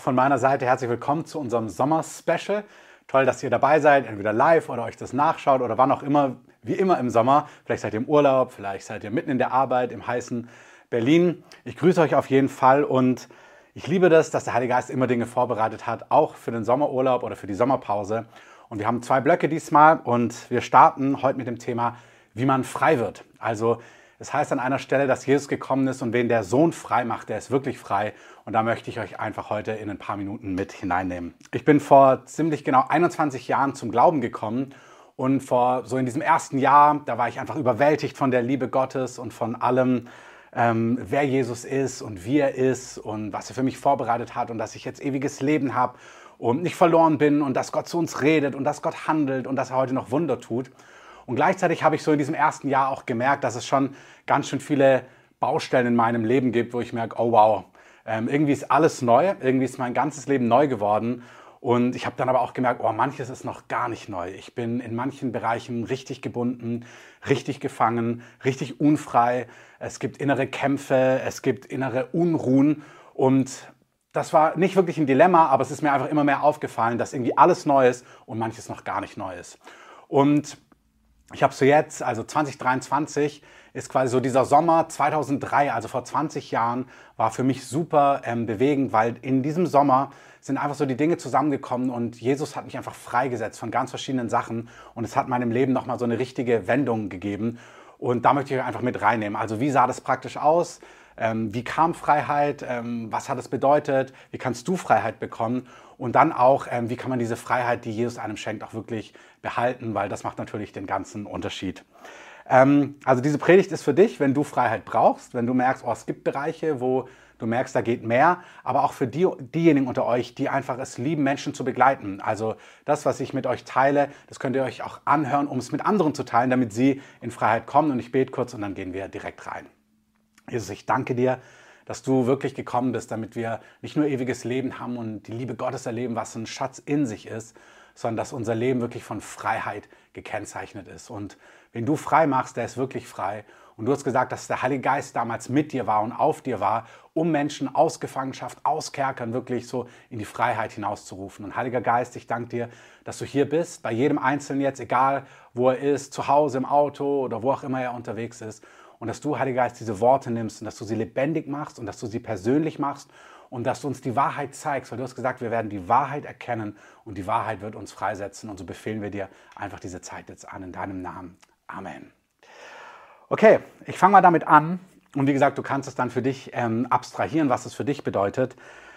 Von meiner Seite herzlich willkommen zu unserem Sommer-Special. Toll, dass ihr dabei seid, entweder live oder euch das nachschaut oder wann auch immer, wie immer im Sommer. Vielleicht seid ihr im Urlaub, vielleicht seid ihr mitten in der Arbeit im heißen Berlin. Ich grüße euch auf jeden Fall und ich liebe das, dass der Heilige Geist immer Dinge vorbereitet hat, auch für den Sommerurlaub oder für die Sommerpause. Und wir haben 2 Blöcke diesmal und wir starten heute mit dem Thema, wie man frei wird. Also es heißt an einer Stelle, dass Jesus gekommen ist und wen der Sohn frei macht, der ist wirklich frei. Und da möchte ich euch einfach heute in ein paar Minuten mit hineinnehmen. Ich bin vor ziemlich genau 21 Jahren zum Glauben gekommen und in diesem ersten Jahr, da war ich einfach überwältigt von der Liebe Gottes und von allem, wer Jesus ist und wie er ist und was er für mich vorbereitet hat und dass ich jetzt ewiges Leben habe und nicht verloren bin und dass Gott zu uns redet und dass Gott handelt und dass er heute noch Wunder tut. Und gleichzeitig habe ich so in diesem ersten Jahr auch gemerkt, dass es schon ganz schön viele Baustellen in meinem Leben gibt, wo ich merke, oh wow, irgendwie ist alles neu, irgendwie ist mein ganzes Leben neu geworden. Und ich habe dann aber auch gemerkt, oh, manches ist noch gar nicht neu. Ich bin in manchen Bereichen richtig gebunden, richtig gefangen, richtig unfrei. Es gibt innere Kämpfe, es gibt innere Unruhen. Und das war nicht wirklich ein Dilemma, aber es ist mir einfach immer mehr aufgefallen, dass irgendwie alles neu ist und manches noch gar nicht neu ist. Und ich habe so jetzt, also 2023 ist quasi so dieser Sommer 2003, also vor 20 Jahren, war für mich super bewegend, weil in diesem Sommer sind einfach so die Dinge zusammengekommen und Jesus hat mich einfach freigesetzt von ganz verschiedenen Sachen und es hat meinem Leben nochmal so eine richtige Wendung gegeben und da möchte ich euch einfach mit reinnehmen. Also wie sah das praktisch aus? Wie kam Freiheit? Was hat es bedeutet? Wie kannst du Freiheit bekommen? Und dann auch, wie kann man diese Freiheit, die Jesus einem schenkt, auch wirklich behalten? Weil das macht natürlich den ganzen Unterschied. Also diese Predigt ist für dich, wenn du Freiheit brauchst, wenn du merkst, oh, es gibt Bereiche, wo du merkst, da geht mehr, aber auch für diejenigen unter euch, die einfach es lieben, Menschen zu begleiten. Also das, was ich mit euch teile, das könnt ihr euch auch anhören, um es mit anderen zu teilen, damit sie in Freiheit kommen. Und ich bete kurz und dann gehen wir direkt rein. Jesus, ich danke dir, dass du wirklich gekommen bist, damit wir nicht nur ewiges Leben haben und die Liebe Gottes erleben, was ein Schatz in sich ist, sondern dass unser Leben wirklich von Freiheit gekennzeichnet ist. Und wenn du frei machst, der ist wirklich frei. Und du hast gesagt, dass der Heilige Geist damals mit dir war und auf dir war, um Menschen aus Gefangenschaft, aus Kerkern wirklich so in die Freiheit hinauszurufen. Und Heiliger Geist, ich danke dir, dass du hier bist, bei jedem Einzelnen jetzt, egal wo er ist, zu Hause, im Auto oder wo auch immer er unterwegs ist. Und dass du, Heiliger Geist, diese Worte nimmst und dass du sie lebendig machst und dass du sie persönlich machst und dass du uns die Wahrheit zeigst. Weil du hast gesagt, wir werden die Wahrheit erkennen und die Wahrheit wird uns freisetzen. Und so befehlen wir dir einfach diese Zeit jetzt an in deinem Namen. Amen. Okay, ich fange mal damit an. Und wie gesagt, du kannst es dann für dich abstrahieren, was es für dich bedeutet.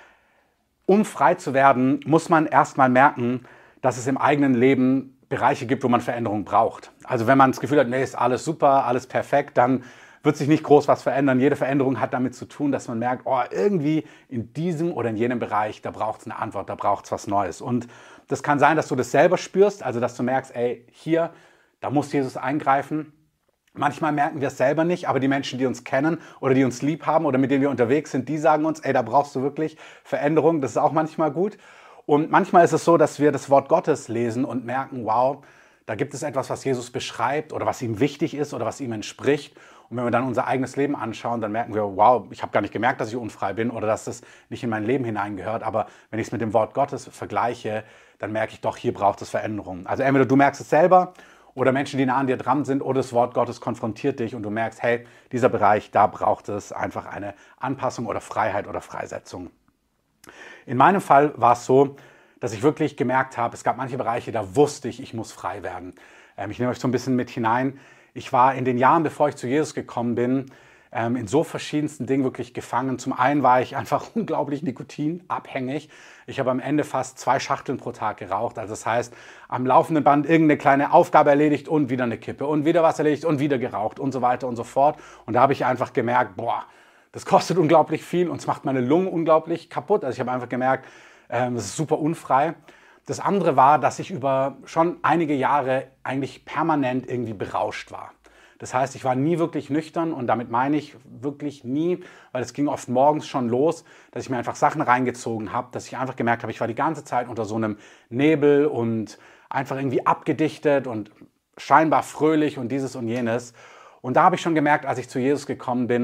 Um frei zu werden, muss man erstmal merken, dass es im eigenen Leben Bereiche gibt, wo man Veränderung braucht. Also wenn man das Gefühl hat, nee, ist alles super, alles perfekt, dann wird sich nicht groß was verändern. Jede Veränderung hat damit zu tun, dass man merkt, oh, irgendwie in diesem oder in jenem Bereich, da braucht es eine Antwort, da braucht es was Neues. Und das kann sein, dass du das selber spürst, also dass du merkst, ey, hier, da muss Jesus eingreifen. Manchmal merken wir es selber nicht, aber die Menschen, die uns kennen oder die uns lieb haben oder mit denen wir unterwegs sind, die sagen uns, ey, da brauchst du wirklich Veränderung. Das ist auch manchmal gut. Und manchmal ist es so, dass wir das Wort Gottes lesen und merken, wow, da gibt es etwas, was Jesus beschreibt oder was ihm wichtig ist oder was ihm entspricht. Und wenn wir dann unser eigenes Leben anschauen, dann merken wir, wow, ich habe gar nicht gemerkt, dass ich unfrei bin oder dass das nicht in mein Leben hineingehört. Aber wenn ich es mit dem Wort Gottes vergleiche, dann merke ich doch, hier braucht es Veränderung. Also entweder du merkst es selber oder Menschen, die nah an dir dran sind oder das Wort Gottes konfrontiert dich und du merkst, hey, dieser Bereich, da braucht es einfach eine Anpassung oder Freiheit oder Freisetzung. In meinem Fall war es so, dass ich wirklich gemerkt habe, es gab manche Bereiche, da wusste ich, ich muss frei werden. Ich nehme euch so ein bisschen mit hinein. Ich war in den Jahren, bevor ich zu Jesus gekommen bin, in so verschiedensten Dingen wirklich gefangen. Zum einen war ich einfach unglaublich nikotinabhängig. Ich habe am Ende fast 2 Schachteln pro Tag geraucht. Also das heißt, am laufenden Band irgendeine kleine Aufgabe erledigt und wieder eine Kippe und wieder was erledigt und wieder geraucht und so weiter und so fort. Und da habe ich einfach gemerkt, boah, das kostet unglaublich viel und es macht meine Lungen unglaublich kaputt. Also ich habe einfach gemerkt, das ist super unfrei. Das andere war, dass ich über schon einige Jahre eigentlich permanent irgendwie berauscht war. Das heißt, ich war nie wirklich nüchtern und damit meine ich wirklich nie, weil es ging oft morgens schon los, dass ich mir einfach Sachen reingezogen habe, dass ich einfach gemerkt habe, ich war die ganze Zeit unter so einem Nebel und einfach irgendwie abgedichtet und scheinbar fröhlich und dieses und jenes. Und da habe ich schon gemerkt, als ich zu Jesus gekommen bin,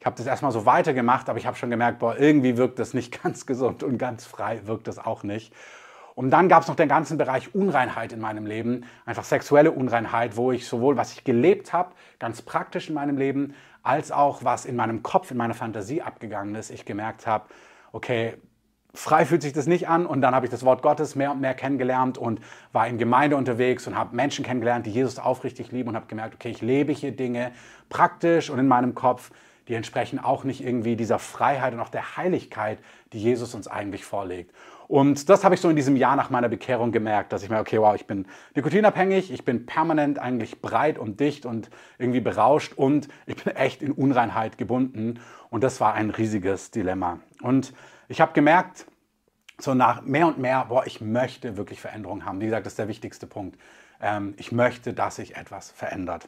Ich habe das erstmal so weitergemacht, aber ich habe schon gemerkt, boah, irgendwie wirkt das nicht ganz gesund und ganz frei wirkt das auch nicht. Und dann gab es noch den ganzen Bereich Unreinheit in meinem Leben, einfach sexuelle Unreinheit, wo ich sowohl, was ich gelebt habe, ganz praktisch in meinem Leben, als auch was in meinem Kopf, in meiner Fantasie abgegangen ist. Ich gemerkt habe, okay, frei fühlt sich das nicht an. Und dann habe ich das Wort Gottes mehr und mehr kennengelernt und war in Gemeinde unterwegs und habe Menschen kennengelernt, die Jesus aufrichtig lieben und habe gemerkt, okay, ich lebe hier Dinge praktisch und in meinem Kopf, die entsprechen auch nicht irgendwie dieser Freiheit und auch der Heiligkeit, die Jesus uns eigentlich vorlegt. Und das habe ich so in diesem Jahr nach meiner Bekehrung gemerkt, dass ich mir, okay, wow, ich bin nikotinabhängig, ich bin permanent eigentlich breit und dicht und irgendwie berauscht und ich bin echt in Unreinheit gebunden. Und das war ein riesiges Dilemma. Und ich habe gemerkt, so nach mehr und mehr, boah, ich möchte wirklich Veränderung haben. Wie gesagt, das ist der wichtigste Punkt. Ich möchte, dass sich etwas verändert.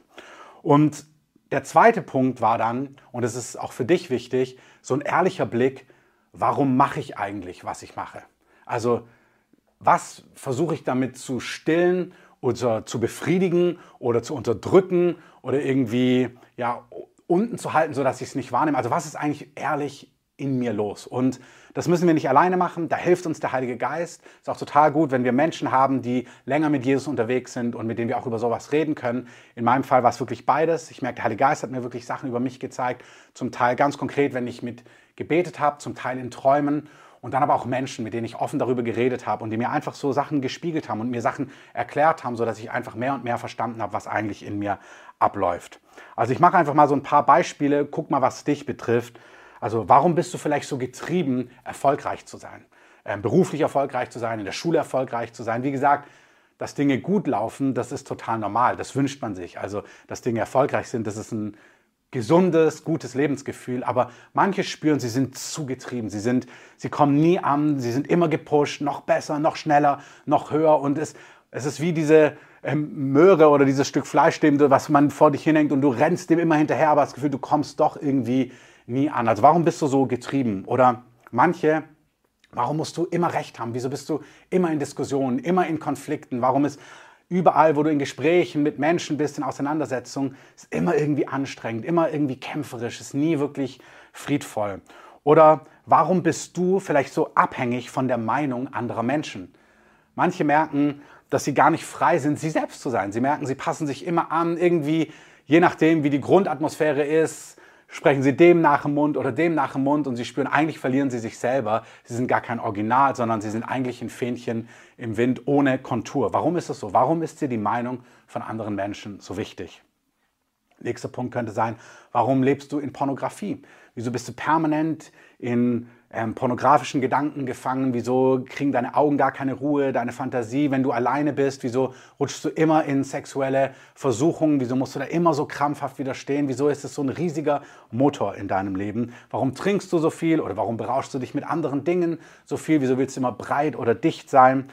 Und der zweite Punkt war dann, und das ist auch für dich wichtig, so ein ehrlicher Blick, warum mache ich eigentlich, was ich mache? Also was versuche ich damit zu stillen oder zu befriedigen oder zu unterdrücken oder irgendwie ja, unten zu halten, sodass ich es nicht wahrnehme? Also was ist eigentlich ehrlich in mir los? Und das müssen wir nicht alleine machen, da hilft uns der Heilige Geist. Ist auch total gut, wenn wir Menschen haben, die länger mit Jesus unterwegs sind und mit denen wir auch über sowas reden können. In meinem Fall war es wirklich beides. Ich merke, der Heilige Geist hat mir wirklich Sachen über mich gezeigt, zum Teil ganz konkret, wenn ich mit gebetet habe, zum Teil in Träumen. Und dann aber auch Menschen, mit denen ich offen darüber geredet habe und die mir einfach so Sachen gespiegelt haben und mir Sachen erklärt haben, sodass ich einfach mehr und mehr verstanden habe, was eigentlich in mir abläuft. Also ich mache einfach mal so ein paar Beispiele, guck mal, was dich betrifft. Also warum bist du vielleicht so getrieben, erfolgreich zu sein? Beruflich erfolgreich zu sein, in der Schule erfolgreich zu sein. Wie gesagt, dass Dinge gut laufen, das ist total normal, das wünscht man sich. Also dass Dinge erfolgreich sind, das ist ein gesundes, gutes Lebensgefühl, aber manche spüren, sie sind zu getrieben, sie kommen nie an, sie sind immer gepusht, noch besser, noch schneller, noch höher und es ist wie diese Möhre oder dieses Stück Fleisch, was man vor dich hinhängt und du rennst dem immer hinterher, aber das Gefühl, du kommst doch irgendwie nie an. Also warum bist du so getrieben? Oder manche, warum musst du immer Recht haben? Wieso bist du immer in Diskussionen, immer in Konflikten? Warum ist überall, wo du in Gesprächen mit Menschen bist, in Auseinandersetzungen, ist immer irgendwie anstrengend, immer irgendwie kämpferisch, ist nie wirklich friedvoll. Oder warum bist du vielleicht so abhängig von der Meinung anderer Menschen? Manche merken, dass sie gar nicht frei sind, sie selbst zu sein. Sie merken, sie passen sich immer an, irgendwie, je nachdem, wie die Grundatmosphäre ist, sprechen sie dem nach dem Mund oder dem nach dem Mund und sie spüren, eigentlich verlieren sie sich selber. Sie sind gar kein Original, sondern sie sind eigentlich ein Fähnchen im Wind ohne Kontur. Warum ist das so? Warum ist dir die Meinung von anderen Menschen so wichtig? Nächster Punkt könnte sein, warum lebst du in Pornografie? Wieso bist du permanent in pornografischen Gedanken gefangen? Wieso kriegen deine Augen gar keine Ruhe, deine Fantasie, wenn du alleine bist? Wieso rutschst du immer in sexuelle Versuchungen? Wieso musst du da immer so krampfhaft widerstehen? Wieso ist es so ein riesiger Motor in deinem Leben? Warum trinkst du so viel oder warum berauschst du dich mit anderen Dingen so viel? Wieso willst du immer breit oder dicht sein?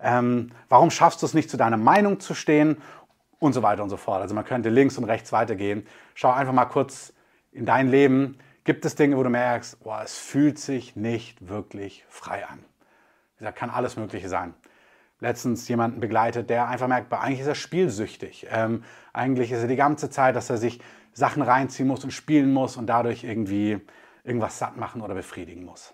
Warum schaffst du es nicht, zu deiner Meinung zu stehen? Und so weiter und so fort. Also man könnte links und rechts weitergehen. Schau einfach mal kurz in dein Leben. Gibt es Dinge, wo du merkst, boah, es fühlt sich nicht wirklich frei an? Wie gesagt, kann alles Mögliche sein. Letztens jemanden begleitet, der einfach merkt, eigentlich ist er spielsüchtig. Eigentlich ist er die ganze Zeit, dass er sich Sachen reinziehen muss und spielen muss und dadurch irgendwie irgendwas satt machen oder befriedigen muss.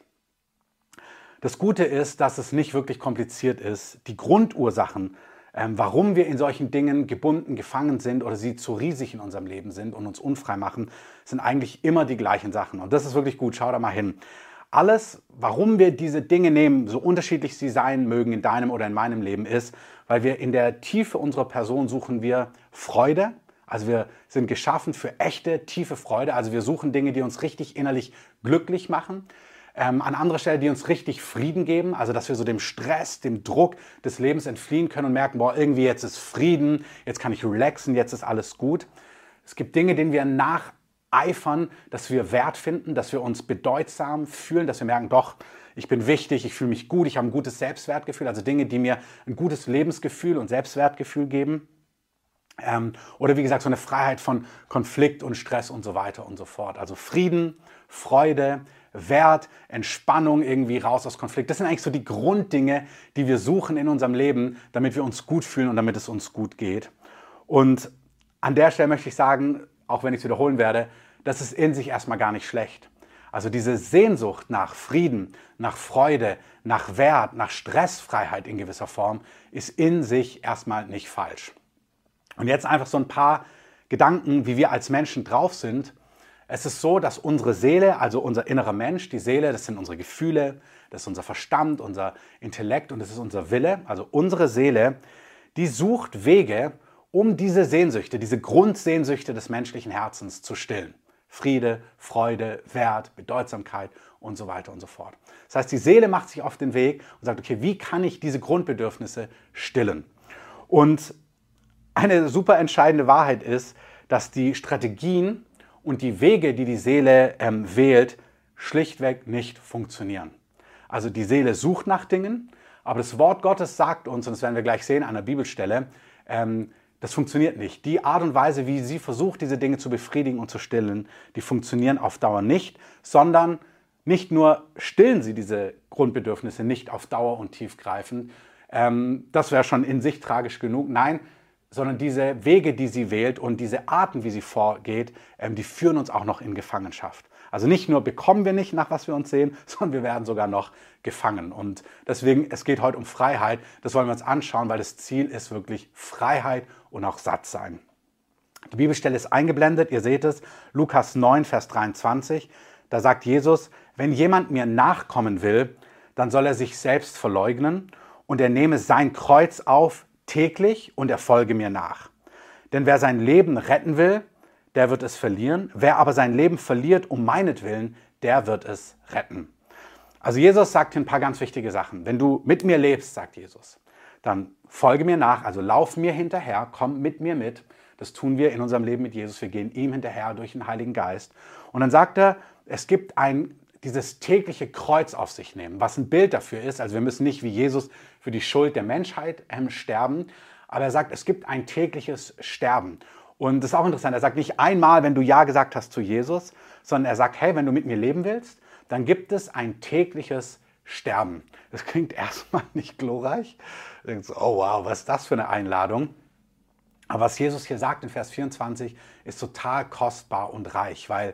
Das Gute ist, dass es nicht wirklich kompliziert ist. Die Grundursachen, warum wir in solchen Dingen gebunden, gefangen sind oder sie zu riesig in unserem Leben sind und uns unfrei machen, sind eigentlich immer die gleichen Sachen. Und das ist wirklich gut, schau da mal hin. Alles, warum wir diese Dinge nehmen, so unterschiedlich sie sein mögen in deinem oder in meinem Leben, ist, weil wir in der Tiefe unserer Person suchen wir Freude. Also wir sind geschaffen für echte, tiefe Freude. Also wir suchen Dinge, die uns richtig innerlich glücklich machen. An anderer Stelle, die uns richtig Frieden geben, also dass wir so dem Stress, dem Druck des Lebens entfliehen können und merken, boah, irgendwie jetzt ist Frieden, jetzt kann ich relaxen, jetzt ist alles gut. Es gibt Dinge, denen wir nacheifern, dass wir Wert finden, dass wir uns bedeutsam fühlen, dass wir merken, doch, ich bin wichtig, ich fühle mich gut, ich habe ein gutes Selbstwertgefühl, also Dinge, die mir ein gutes Lebensgefühl und Selbstwertgefühl geben. Oder wie gesagt, so eine Freiheit von Konflikt und Stress und so weiter und so fort. Also Frieden, Freude, Wert, Entspannung, irgendwie raus aus Konflikt. Das sind eigentlich so die Grunddinge, die wir suchen in unserem Leben, damit wir uns gut fühlen und damit es uns gut geht. Und an der Stelle möchte ich sagen, auch wenn ich es wiederholen werde, das ist in sich erstmal gar nicht schlecht. Also diese Sehnsucht nach Frieden, nach Freude, nach Wert, nach Stressfreiheit in gewisser Form ist in sich erstmal nicht falsch. Und jetzt einfach so ein paar Gedanken, wie wir als Menschen drauf sind. Es ist so, dass unsere Seele, also unser innerer Mensch, die Seele, das sind unsere Gefühle, das ist unser Verstand, unser Intellekt und das ist unser Wille. Also unsere Seele, die sucht Wege, um diese Sehnsüchte, diese Grundsehnsüchte des menschlichen Herzens zu stillen. Friede, Freude, Wert, Bedeutsamkeit und so weiter und so fort. Das heißt, die Seele macht sich auf den Weg und sagt, okay, wie kann ich diese Grundbedürfnisse stillen? Und eine super entscheidende Wahrheit ist, dass die Strategien und die Wege, die die Seele wählt, schlichtweg nicht funktionieren. Also die Seele sucht nach Dingen, aber das Wort Gottes sagt uns, und das werden wir gleich sehen an der Bibelstelle, das funktioniert nicht. Die Art und Weise, wie sie versucht, diese Dinge zu befriedigen und zu stillen, die funktionieren auf Dauer nicht, sondern nicht nur stillen sie diese Grundbedürfnisse nicht auf Dauer und tiefgreifend, das wäre schon in sich tragisch genug, nein, sondern diese Wege, die sie wählt und diese Arten, wie sie vorgeht, die führen uns auch noch in Gefangenschaft. Also nicht nur bekommen wir nicht, nach was wir uns sehen, sondern wir werden sogar noch gefangen. Und deswegen, es geht heute um Freiheit. Das wollen wir uns anschauen, weil das Ziel ist wirklich Freiheit und auch satt sein. Die Bibelstelle ist eingeblendet, ihr seht es, Lukas 9, Vers 23. Da sagt Jesus, wenn jemand mir nachkommen will, dann soll er sich selbst verleugnen und er nehme sein Kreuz auf täglich und er folge mir nach. Denn wer sein Leben retten will, der wird es verlieren. Wer aber sein Leben verliert um meinetwillen, der wird es retten. Also Jesus sagt hier ein paar ganz wichtige Sachen. Wenn du mit mir lebst, sagt Jesus, dann folge mir nach, also lauf mir hinterher, komm mit mir mit. Das tun wir in unserem Leben mit Jesus. Wir gehen ihm hinterher durch den Heiligen Geist. Und dann sagt er, es gibt dieses tägliche Kreuz auf sich nehmen, was ein Bild dafür ist. Also wir müssen nicht wie Jesus für die Schuld der Menschheit sterben, aber er sagt, es gibt ein tägliches Sterben. Und das ist auch interessant, er sagt nicht einmal, wenn du Ja gesagt hast zu Jesus, sondern er sagt, hey, wenn du mit mir leben willst, dann gibt es ein tägliches Sterben. Das klingt erstmal nicht glorreich. Du denkst, oh wow, was ist das für eine Einladung? Aber was Jesus hier sagt in Vers 24, ist total kostbar und reich, weil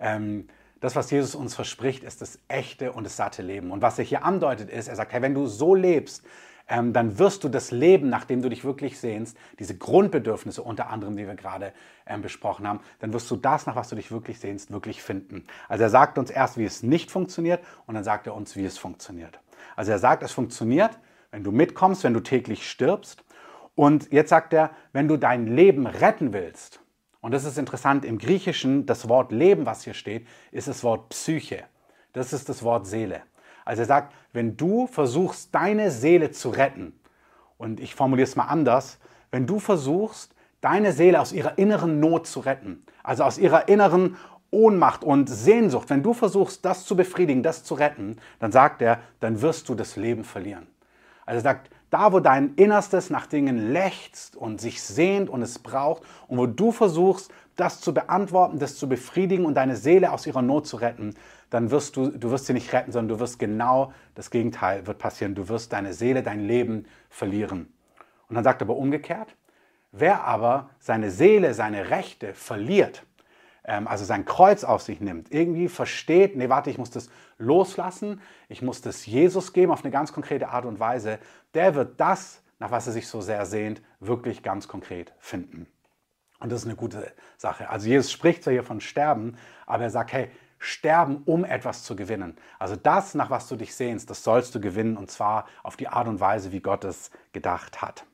das, was Jesus uns verspricht, ist das echte und das satte Leben. Und was er hier andeutet ist, er sagt, hey, wenn du so lebst, dann wirst du das Leben, nach dem du dich wirklich sehnst, diese Grundbedürfnisse unter anderem, die wir gerade besprochen haben, dann wirst du das, nach was du dich wirklich sehnst, wirklich finden. Also er sagt uns erst, wie es nicht funktioniert und dann sagt er uns, wie es funktioniert. Also er sagt, es funktioniert, wenn du mitkommst, wenn du täglich stirbst. Und jetzt sagt er, wenn du dein Leben retten willst, und das ist interessant, im Griechischen, das Wort Leben, was hier steht, ist das Wort Psyche. Das ist das Wort Seele. Also er sagt, wenn du versuchst, deine Seele zu retten, und ich formuliere es mal anders, wenn du versuchst, deine Seele aus ihrer inneren Not zu retten, also aus ihrer inneren Ohnmacht und Sehnsucht, wenn du versuchst, das zu befriedigen, das zu retten, dann sagt er, dann wirst du das Leben verlieren. Also er sagt, da wo dein Innerstes nach Dingen lechzt und sich sehnt und es braucht und wo du versuchst, das zu beantworten, das zu befriedigen und deine Seele aus ihrer Not zu retten, dann wirst du wirst sie nicht retten, sondern du wirst genau das Gegenteil wird passieren. Du wirst deine Seele, dein Leben verlieren. Und dann sagt er aber umgekehrt, wer aber seine Seele, seine Rechte verliert, also sein Kreuz auf sich nimmt, irgendwie versteht, nee, warte, ich muss das loslassen, ich muss das Jesus geben auf eine ganz konkrete Art und Weise, der wird das, nach was er sich so sehr sehnt, wirklich ganz konkret finden. Und das ist eine gute Sache. Also Jesus spricht zwar hier von Sterben, aber er sagt, hey, sterben, um etwas zu gewinnen. Also das, nach was du dich sehnst, das sollst du gewinnen und zwar auf die Art und Weise, wie Gott es gedacht hat.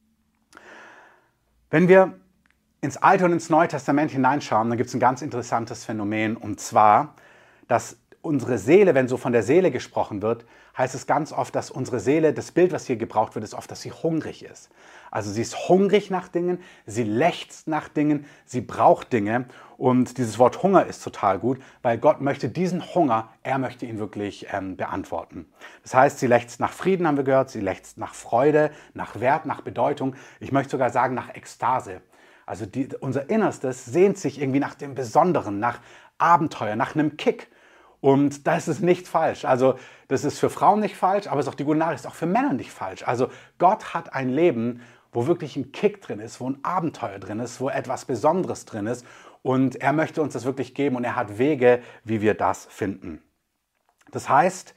Wenn wir ins Alte und ins Neue Testament hineinschauen, dann gibt es ein ganz interessantes Phänomen und zwar, dass unsere Seele, wenn so von der Seele gesprochen wird, heißt es ganz oft, dass unsere Seele, das Bild, was hier gebraucht wird, ist oft, dass sie hungrig ist. Also sie ist hungrig nach Dingen, sie lechzt nach Dingen, sie braucht Dinge und dieses Wort Hunger ist total gut, weil Gott möchte diesen Hunger, er möchte ihn wirklich beantworten. Das heißt, sie lechzt nach Frieden, haben wir gehört, sie lechzt nach Freude, nach Wert, nach Bedeutung, ich möchte sogar sagen nach Ekstase. Also unser Innerstes sehnt sich irgendwie nach dem Besonderen, nach Abenteuer, nach einem Kick. Und das ist nicht falsch. Also das ist für Frauen nicht falsch, aber es ist auch die gute Nachricht, ist auch für Männer nicht falsch. Also Gott hat ein Leben, wo wirklich ein Kick drin ist, wo ein Abenteuer drin ist, wo etwas Besonderes drin ist. und er möchte uns das wirklich geben und er hat Wege, wie wir das finden. Das heißt,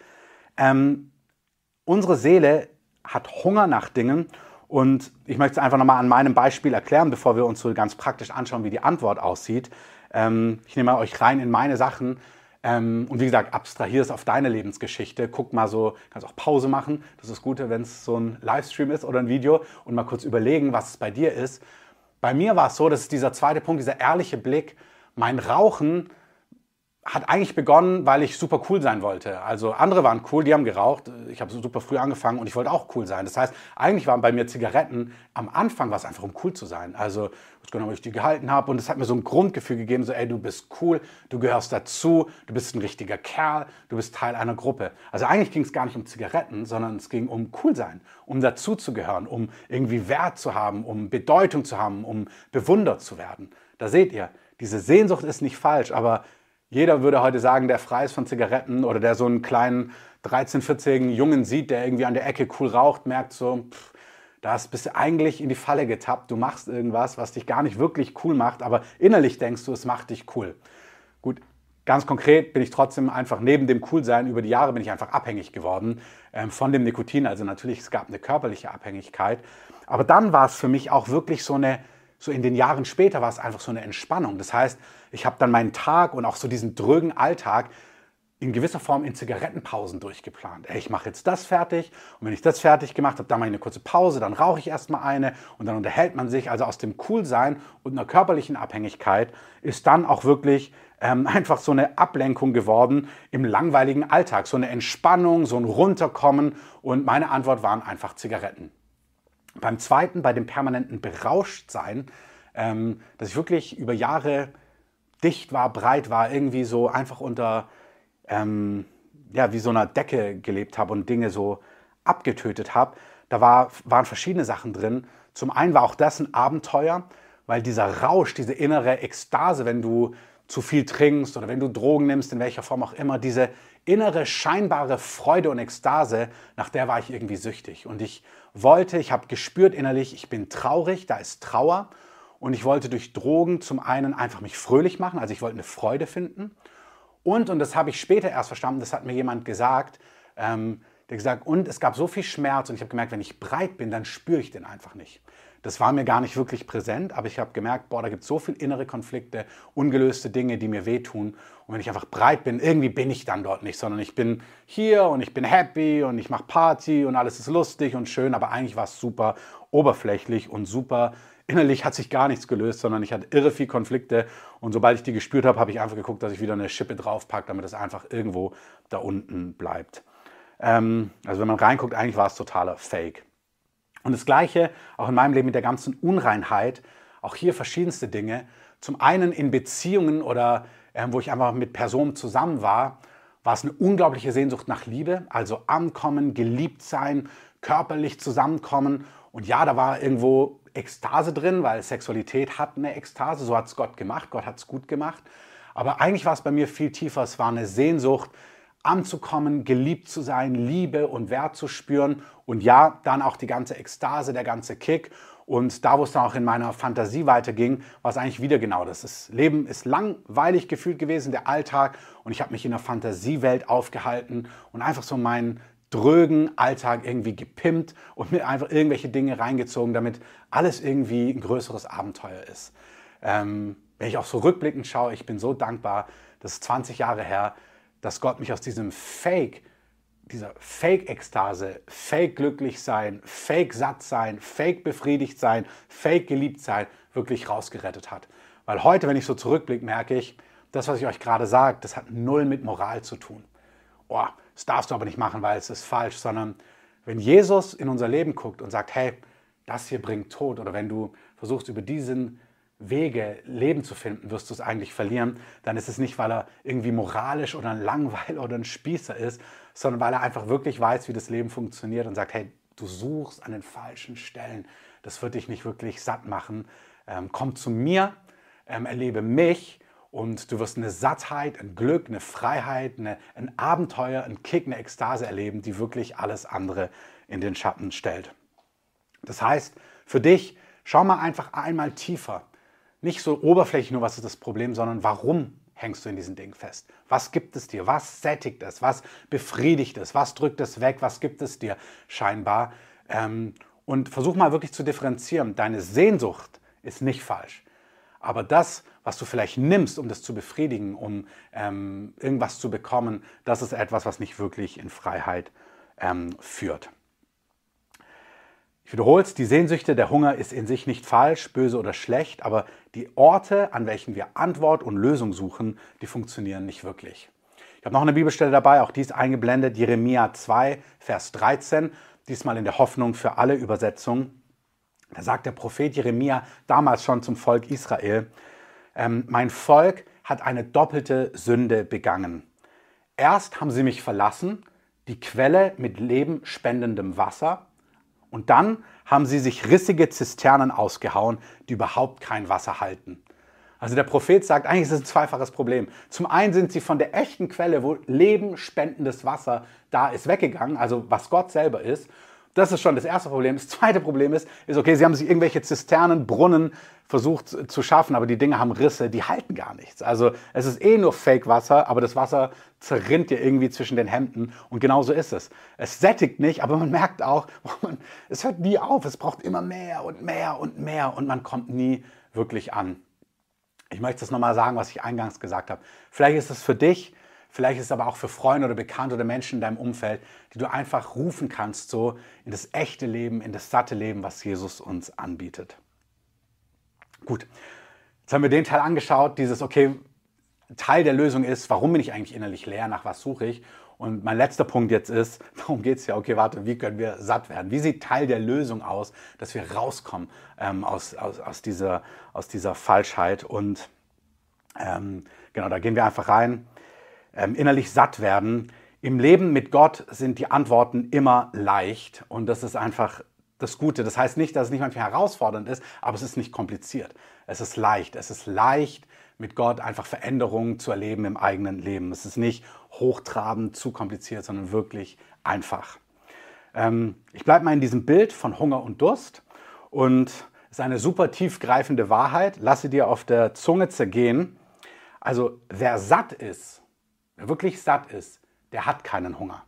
unsere Seele hat Hunger nach Dingen und ich möchte es einfach nochmal an meinem Beispiel erklären, bevor wir uns so ganz praktisch anschauen, wie die Antwort aussieht. Ich nehme euch rein in meine Sachen und wie gesagt, abstrahiere es auf deine Lebensgeschichte. Guck mal so, kannst auch Pause machen. Das ist das Gute, wenn es so ein Livestream ist oder ein Video und mal kurz überlegen, was es bei dir ist. Bei mir war es so, dass dieser zweite Punkt, dieser ehrliche Blick, mein Rauchen hat eigentlich begonnen, weil ich super cool sein wollte. Also andere waren cool, die haben geraucht. Ich habe super früh angefangen und ich wollte auch cool sein. Das heißt, eigentlich waren bei mir Zigaretten, am Anfang war es einfach, um cool zu sein. Also, das genau, weil ich die gehalten habe und es hat mir so ein Grundgefühl gegeben, so ey, du bist cool, du gehörst dazu, du bist ein richtiger Kerl, du bist Teil einer Gruppe. Also eigentlich ging es gar nicht um Zigaretten, sondern es ging um cool sein, um dazu zu gehören, um irgendwie Wert zu haben, um Bedeutung zu haben, um bewundert zu werden. Da seht ihr, diese Sehnsucht ist nicht falsch, aber jeder würde heute sagen, der frei ist von Zigaretten oder der so einen kleinen 13-, 14-jährigen Jungen sieht, der irgendwie an der Ecke cool raucht, merkt so, bist du eigentlich in die Falle getappt. Du machst irgendwas, was dich gar nicht wirklich cool macht, aber innerlich denkst du, es macht dich cool. Gut, ganz konkret bin ich trotzdem einfach neben dem Coolsein, über die Jahre bin ich einfach abhängig geworden von dem Nikotin. Also natürlich, es gab eine körperliche Abhängigkeit. Aber dann war es für mich auch wirklich so in den Jahren später war es einfach so eine Entspannung. Das heißt, ich habe dann meinen Tag und auch so diesen drögen Alltag in gewisser Form in Zigarettenpausen durchgeplant. Ey, ich mache jetzt das fertig und wenn ich das fertig gemacht habe, dann mache ich eine kurze Pause, dann rauche ich erstmal eine und dann unterhält man sich. Also aus dem Coolsein und einer körperlichen Abhängigkeit ist dann auch wirklich einfach so eine Ablenkung geworden im langweiligen Alltag. So eine Entspannung, so ein Runterkommen und meine Antwort waren einfach Zigaretten. Beim zweiten, bei dem permanenten Berauschtsein, dass ich wirklich über Jahre dicht war, breit war, irgendwie so einfach unter, wie so einer Decke gelebt habe und Dinge so abgetötet habe, da waren verschiedene Sachen drin. Zum einen war auch das ein Abenteuer, weil dieser Rausch, diese innere Ekstase, wenn du zu viel trinkst oder wenn du Drogen nimmst, in welcher Form auch immer, diese innere scheinbare Freude und Ekstase, nach der war ich irgendwie süchtig. Und ich habe gespürt innerlich, ich bin traurig, da ist Trauer. Und ich wollte durch Drogen zum einen einfach mich fröhlich machen, also ich wollte eine Freude finden. Und das habe ich später erst verstanden, das hat mir jemand gesagt, der gesagt, und es gab so viel Schmerz und ich habe gemerkt, wenn ich breit bin, dann spüre ich den einfach nicht. Das war mir gar nicht wirklich präsent, aber ich habe gemerkt, da gibt es so viele innere Konflikte, ungelöste Dinge, die mir wehtun. Und wenn ich einfach breit bin, irgendwie bin ich dann dort nicht, sondern ich bin hier und ich bin happy und ich mache Party und alles ist lustig und schön, aber eigentlich war es super oberflächlich und super. Innerlich hat sich gar nichts gelöst, sondern ich hatte irre viel Konflikte und sobald ich die gespürt habe, habe ich einfach geguckt, dass ich wieder eine Schippe draufpacke, damit es einfach irgendwo da unten bleibt. Also wenn man reinguckt, eigentlich war es totaler Fake. Und das Gleiche auch in meinem Leben mit der ganzen Unreinheit, auch hier verschiedenste Dinge. Zum einen in Beziehungen oder wo ich einfach mit Personen zusammen war es eine unglaubliche Sehnsucht nach Liebe, also ankommen, geliebt sein, körperlich zusammenkommen. Und ja, da war irgendwo Ekstase drin, weil Sexualität hat eine Ekstase, so hat es Gott gemacht, Gott hat es gut gemacht. Aber eigentlich war es bei mir viel tiefer, es war eine Sehnsucht, anzukommen, geliebt zu sein, Liebe und Wert zu spüren und ja, dann auch die ganze Ekstase, der ganze Kick und da, wo es dann auch in meiner Fantasie weiterging, war es eigentlich wieder genau das. Das Leben ist langweilig gefühlt gewesen, der Alltag und ich habe mich in der Fantasiewelt aufgehalten und einfach so meinen drögen Alltag irgendwie gepimpt und mir einfach irgendwelche Dinge reingezogen, damit alles irgendwie ein größeres Abenteuer ist. Wenn ich auch so rückblickend schaue, ich bin so dankbar, das ist 20 Jahre her, dass Gott mich aus dieser Fake-Ekstase, Fake glücklich sein, Fake satt sein, Fake befriedigt sein, Fake geliebt sein, wirklich rausgerettet hat. Weil heute, wenn ich so zurückblicke, merke ich, das, was ich euch gerade sage, das hat null mit Moral zu tun. Das darfst du aber nicht machen, weil es ist falsch, sondern wenn Jesus in unser Leben guckt und sagt, hey, das hier bringt Tod, oder wenn du versuchst, über diesen Wege, Leben zu finden, wirst du es eigentlich verlieren, dann ist es nicht, weil er irgendwie moralisch oder ein Langweiler oder ein Spießer ist, sondern weil er einfach wirklich weiß, wie das Leben funktioniert und sagt, hey, du suchst an den falschen Stellen, das wird dich nicht wirklich satt machen, komm zu mir, erlebe mich und du wirst eine Sattheit, ein Glück, eine Freiheit, ein Abenteuer, ein Kick, eine Ekstase erleben, die wirklich alles andere in den Schatten stellt. Das heißt, für dich, schau mal einfach einmal tiefer. Nicht so oberflächlich nur, was ist das Problem, sondern warum hängst du in diesen Dingen fest? Was gibt es dir? Was sättigt es? Was befriedigt es? Was drückt es weg? Was gibt es dir scheinbar? Und versuch mal wirklich zu differenzieren. Deine Sehnsucht ist nicht falsch. Aber das, was du vielleicht nimmst, um das zu befriedigen, um irgendwas zu bekommen, das ist etwas, was nicht wirklich in Freiheit führt. Ich wiederhole es, die Sehnsüchte, der Hunger ist in sich nicht falsch, böse oder schlecht, aber die Orte, an welchen wir Antwort und Lösung suchen, die funktionieren nicht wirklich. Ich habe noch eine Bibelstelle dabei, auch die ist eingeblendet, Jeremia 2, Vers 13, diesmal in der Hoffnung für alle Übersetzungen. Da sagt der Prophet Jeremia damals schon zum Volk Israel, mein Volk hat eine doppelte Sünde begangen. Erst haben sie mich verlassen, die Quelle mit lebenspendendem Wasser, und dann haben sie sich rissige Zisternen ausgehauen, die überhaupt kein Wasser halten. Also der Prophet sagt, eigentlich ist es ein zweifaches Problem. Zum einen sind sie von der echten Quelle, wo lebensspendendes Wasser da ist, weggegangen, also was Gott selber ist. Das ist schon das erste Problem. Das zweite Problem ist, okay, sie haben sich irgendwelche Zisternen, Brunnen versucht zu schaffen, aber die Dinge haben Risse, die halten gar nichts. Also es ist eh nur Fake-Wasser, aber das Wasser zerrinnt dir irgendwie zwischen den Händen und genau so ist es. Es sättigt nicht, aber man merkt auch, es hört nie auf, es braucht immer mehr und mehr und mehr und man kommt nie wirklich an. Ich möchte das nochmal sagen, was ich eingangs gesagt habe. Vielleicht ist es für dich, vielleicht ist es aber auch für Freunde oder Bekannte oder Menschen in deinem Umfeld, die du einfach rufen kannst, so in das echte Leben, in das satte Leben, was Jesus uns anbietet. Gut, jetzt haben wir den Teil angeschaut, dieses, okay, Teil der Lösung ist, warum bin ich eigentlich innerlich leer, nach was suche ich? Und mein letzter Punkt jetzt ist, darum geht es ja, okay, warte, wie können wir satt werden? Wie sieht Teil der Lösung aus, dass wir rauskommen aus dieser Falschheit? Und genau, da gehen wir einfach rein. Innerlich satt werden. Im Leben mit Gott sind die Antworten immer leicht und das ist einfach das Gute. Das heißt nicht, dass es nicht manchmal herausfordernd ist, aber es ist nicht kompliziert. Es ist leicht. Es ist leicht, mit Gott einfach Veränderungen zu erleben im eigenen Leben. Es ist nicht hochtrabend, zu kompliziert, sondern wirklich einfach. Ich bleibe mal in diesem Bild von Hunger und Durst und es ist eine super tiefgreifende Wahrheit. Lasse dir auf der Zunge zergehen. Also wer satt ist, wer wirklich satt ist, der hat keinen Hunger.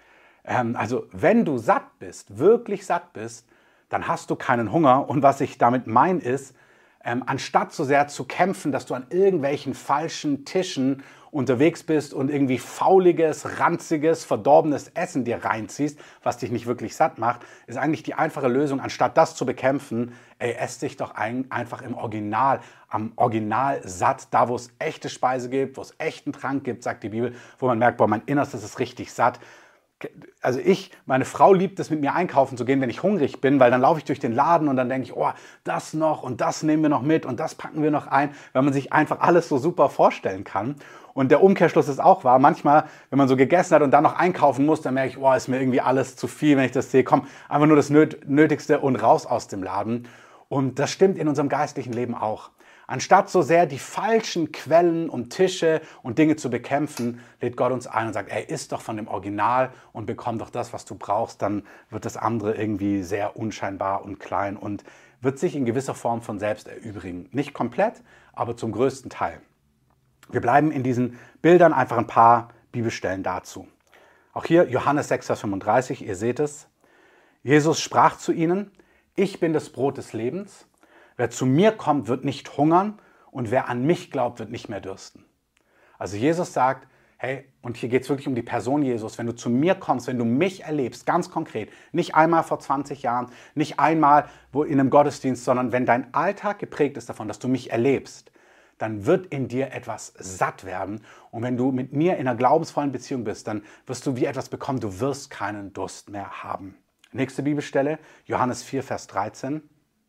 Also wenn du satt bist, wirklich satt bist, dann hast du keinen Hunger. Und was ich damit meine ist, anstatt so sehr zu kämpfen, dass du an irgendwelchen falschen Tischen unterwegs bist und irgendwie fauliges, ranziges, verdorbenes Essen dir reinziehst, was dich nicht wirklich satt macht, ist eigentlich die einfache Lösung, anstatt das zu bekämpfen, ess dich doch einfach im Original, am Original satt, da wo es echte Speise gibt, wo es echten Trank gibt, sagt die Bibel, wo man merkt, boah, mein Innerstes ist richtig satt. Also meine Frau liebt es, mit mir einkaufen zu gehen, wenn ich hungrig bin, weil dann laufe ich durch den Laden und dann denke ich, oh, das noch und das nehmen wir noch mit und das packen wir noch ein, weil man sich einfach alles so super vorstellen kann. Und der Umkehrschluss ist auch wahr. Manchmal, wenn man so gegessen hat und dann noch einkaufen muss, dann merke ich, oh, ist mir irgendwie alles zu viel, wenn ich das sehe. Komm, einfach nur das Nötigste und raus aus dem Laden. Und das stimmt in unserem geistlichen Leben auch. Anstatt so sehr die falschen Quellen und Tische und Dinge zu bekämpfen, lädt Gott uns ein und sagt, ey, iss doch von dem Original und bekomm doch das, was du brauchst. Dann wird das andere irgendwie sehr unscheinbar und klein und wird sich in gewisser Form von selbst erübrigen. Nicht komplett, aber zum größten Teil. Wir bleiben in diesen Bildern einfach ein paar Bibelstellen dazu. Auch hier Johannes 6, Vers 35, ihr seht es. Jesus sprach zu ihnen, ich bin das Brot des Lebens. Wer zu mir kommt, wird nicht hungern und wer an mich glaubt, wird nicht mehr dürsten. Also Jesus sagt, hey, und hier geht es wirklich um die Person Jesus, wenn du zu mir kommst, wenn du mich erlebst, ganz konkret, nicht einmal vor 20 Jahren, nicht einmal in einem Gottesdienst, sondern wenn dein Alltag geprägt ist davon, dass du mich erlebst, dann wird in dir etwas satt werden. Und wenn du mit mir in einer glaubensvollen Beziehung bist, dann wirst du wie etwas bekommen, du wirst keinen Durst mehr haben. Nächste Bibelstelle, Johannes 4, Vers 13.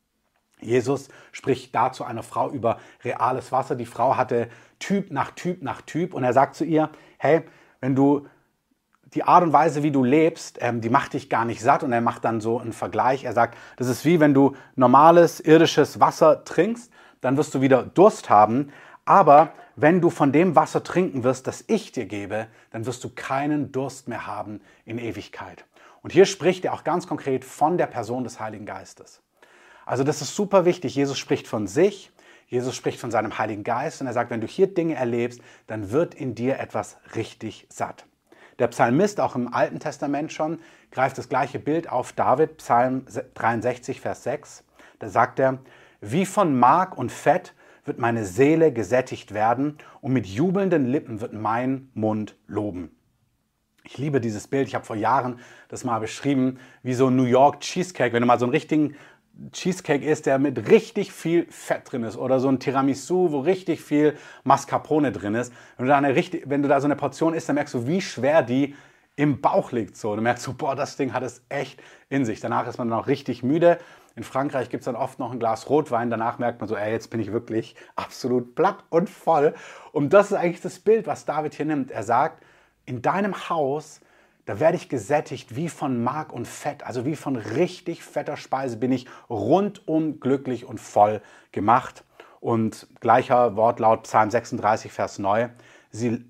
Jesus spricht da zu einer Frau über reales Wasser. Die Frau hatte Typ nach Typ nach Typ und er sagt zu ihr, hey, wenn du die Art und Weise, wie du lebst, die macht dich gar nicht satt und er macht dann so einen Vergleich. Er sagt, das ist wie wenn du normales irdisches Wasser trinkst, dann wirst du wieder Durst haben, aber wenn du von dem Wasser trinken wirst, das ich dir gebe, dann wirst du keinen Durst mehr haben in Ewigkeit. Und hier spricht er auch ganz konkret von der Person des Heiligen Geistes. Also das ist super wichtig. Jesus spricht von sich, Jesus spricht von seinem Heiligen Geist und er sagt, wenn du hier Dinge erlebst, dann wird in dir etwas richtig satt. Der Psalmist, auch im Alten Testament schon, greift das gleiche Bild auf. David, Psalm 63, Vers 6, da sagt er, wie von Mark und Fett wird meine Seele gesättigt werden und mit jubelnden Lippen wird mein Mund loben. Ich liebe dieses Bild. Ich habe vor Jahren das mal beschrieben, wie so ein New York Cheesecake. Wenn du mal so einen richtigen Cheesecake isst, der mit richtig viel Fett drin ist, oder so ein Tiramisu, wo richtig viel Mascarpone drin ist. Wenn du da so eine Portion isst, dann merkst du, wie schwer die im Bauch liegt. So. Du merkst so, boah, das Ding hat es echt in sich. Danach ist man dann auch richtig müde. In Frankreich gibt es dann oft noch ein Glas Rotwein. Danach merkt man so, ey, jetzt bin ich wirklich absolut platt und voll. Und das ist eigentlich das Bild, was David hier nimmt. Er sagt, in deinem Haus, da werde ich gesättigt wie von Mark und Fett, also wie von richtig fetter Speise bin ich rundum glücklich und voll gemacht. Und gleicher Wortlaut Psalm 36, Vers 9. Sie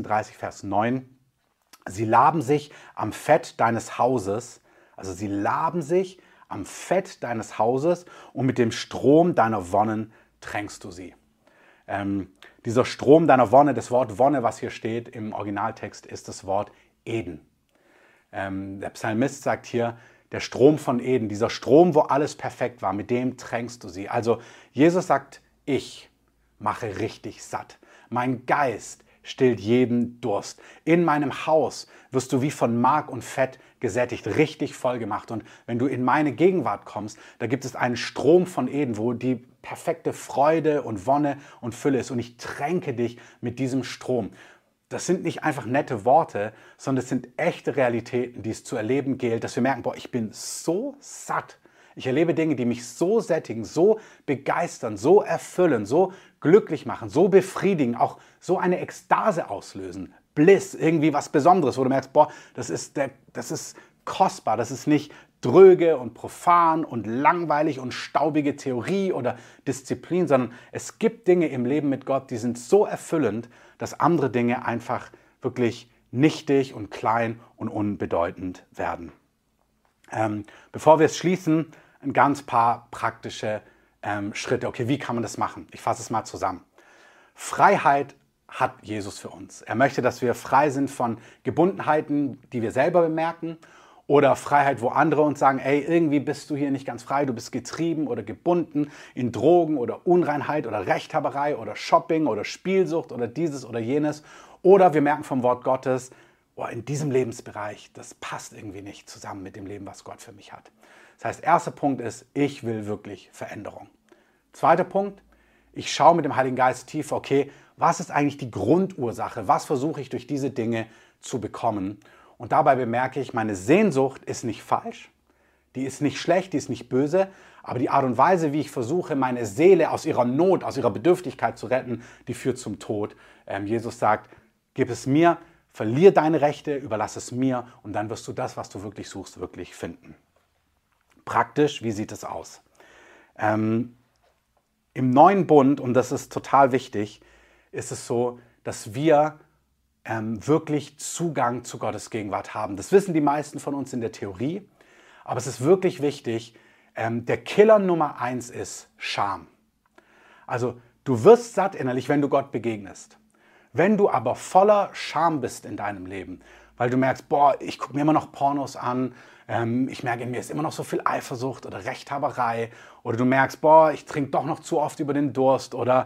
laben sich am Fett deines Hauses, also sie laben sich am Fett deines Hauses und mit dem Strom deiner Wonnen tränkst du sie. Dieser Strom deiner Wonne, das Wort Wonne, was hier steht im Originaltext, ist das Wort Eden. Der Psalmist sagt hier, der Strom von Eden, dieser Strom, wo alles perfekt war, mit dem tränkst du sie. Also Jesus sagt, ich mache richtig satt. Mein Geist stillt jeden Durst. In meinem Haus wirst du wie von Mark und Fett gesättigt, richtig voll gemacht. Und wenn du in meine Gegenwart kommst, da gibt es einen Strom von Eden, wo die perfekte Freude und Wonne und Fülle ist. Und ich tränke dich mit diesem Strom. Das sind nicht einfach nette Worte, sondern es sind echte Realitäten, die es zu erleben gilt, dass wir merken, boah, ich bin so satt. Ich erlebe Dinge, die mich so sättigen, so begeistern, so erfüllen, so glücklich machen, so befriedigen, auch so eine Ekstase auslösen. Bliss, irgendwie was Besonderes, wo du merkst, boah, das ist kostbar, das ist nicht dröge und profan und langweilig und staubige Theorie oder Disziplin, sondern es gibt Dinge im Leben mit Gott, die sind so erfüllend, dass andere Dinge einfach wirklich nichtig und klein und unbedeutend werden. Bevor wir es schließen, ein ganz paar praktische Schritte. Okay, wie kann man das machen? Ich fasse es mal zusammen. Freiheit hat Jesus für uns. Er möchte, dass wir frei sind von Gebundenheiten, die wir selber bemerken, oder Freiheit, wo andere uns sagen, ey, irgendwie bist du hier nicht ganz frei, du bist getrieben oder gebunden in Drogen oder Unreinheit oder Rechthaberei oder Shopping oder Spielsucht oder dieses oder jenes. Oder wir merken vom Wort Gottes, oh, in diesem Lebensbereich, das passt irgendwie nicht zusammen mit dem Leben, was Gott für mich hat. Das heißt, erster Punkt ist, ich will wirklich Veränderung. Zweiter Punkt, ich schaue mit dem Heiligen Geist tiefer, okay, was ist eigentlich die Grundursache? Was versuche ich durch diese Dinge zu bekommen? Und dabei bemerke ich, meine Sehnsucht ist nicht falsch, die ist nicht schlecht, die ist nicht böse, aber die Art und Weise, wie ich versuche, meine Seele aus ihrer Not, aus ihrer Bedürftigkeit zu retten, die führt zum Tod. Jesus sagt, gib es mir, verlier deine Rechte, überlass es mir und dann wirst du das, was du wirklich suchst, wirklich finden. Praktisch, wie sieht es aus? Im neuen Bund, und das ist total wichtig, ist es so, dass wir wirklich Zugang zu Gottes Gegenwart haben. Das wissen die meisten von uns in der Theorie, aber es ist wirklich wichtig. Der Killer Nummer 1 ist Scham. Also du wirst satt innerlich, wenn du Gott begegnest. Wenn du aber voller Scham bist in deinem Leben, weil du merkst, boah, ich gucke mir immer noch Pornos an, ich merke, in mir ist immer noch so viel Eifersucht oder Rechthaberei, oder du merkst, boah, ich trinke doch noch zu oft über den Durst, oder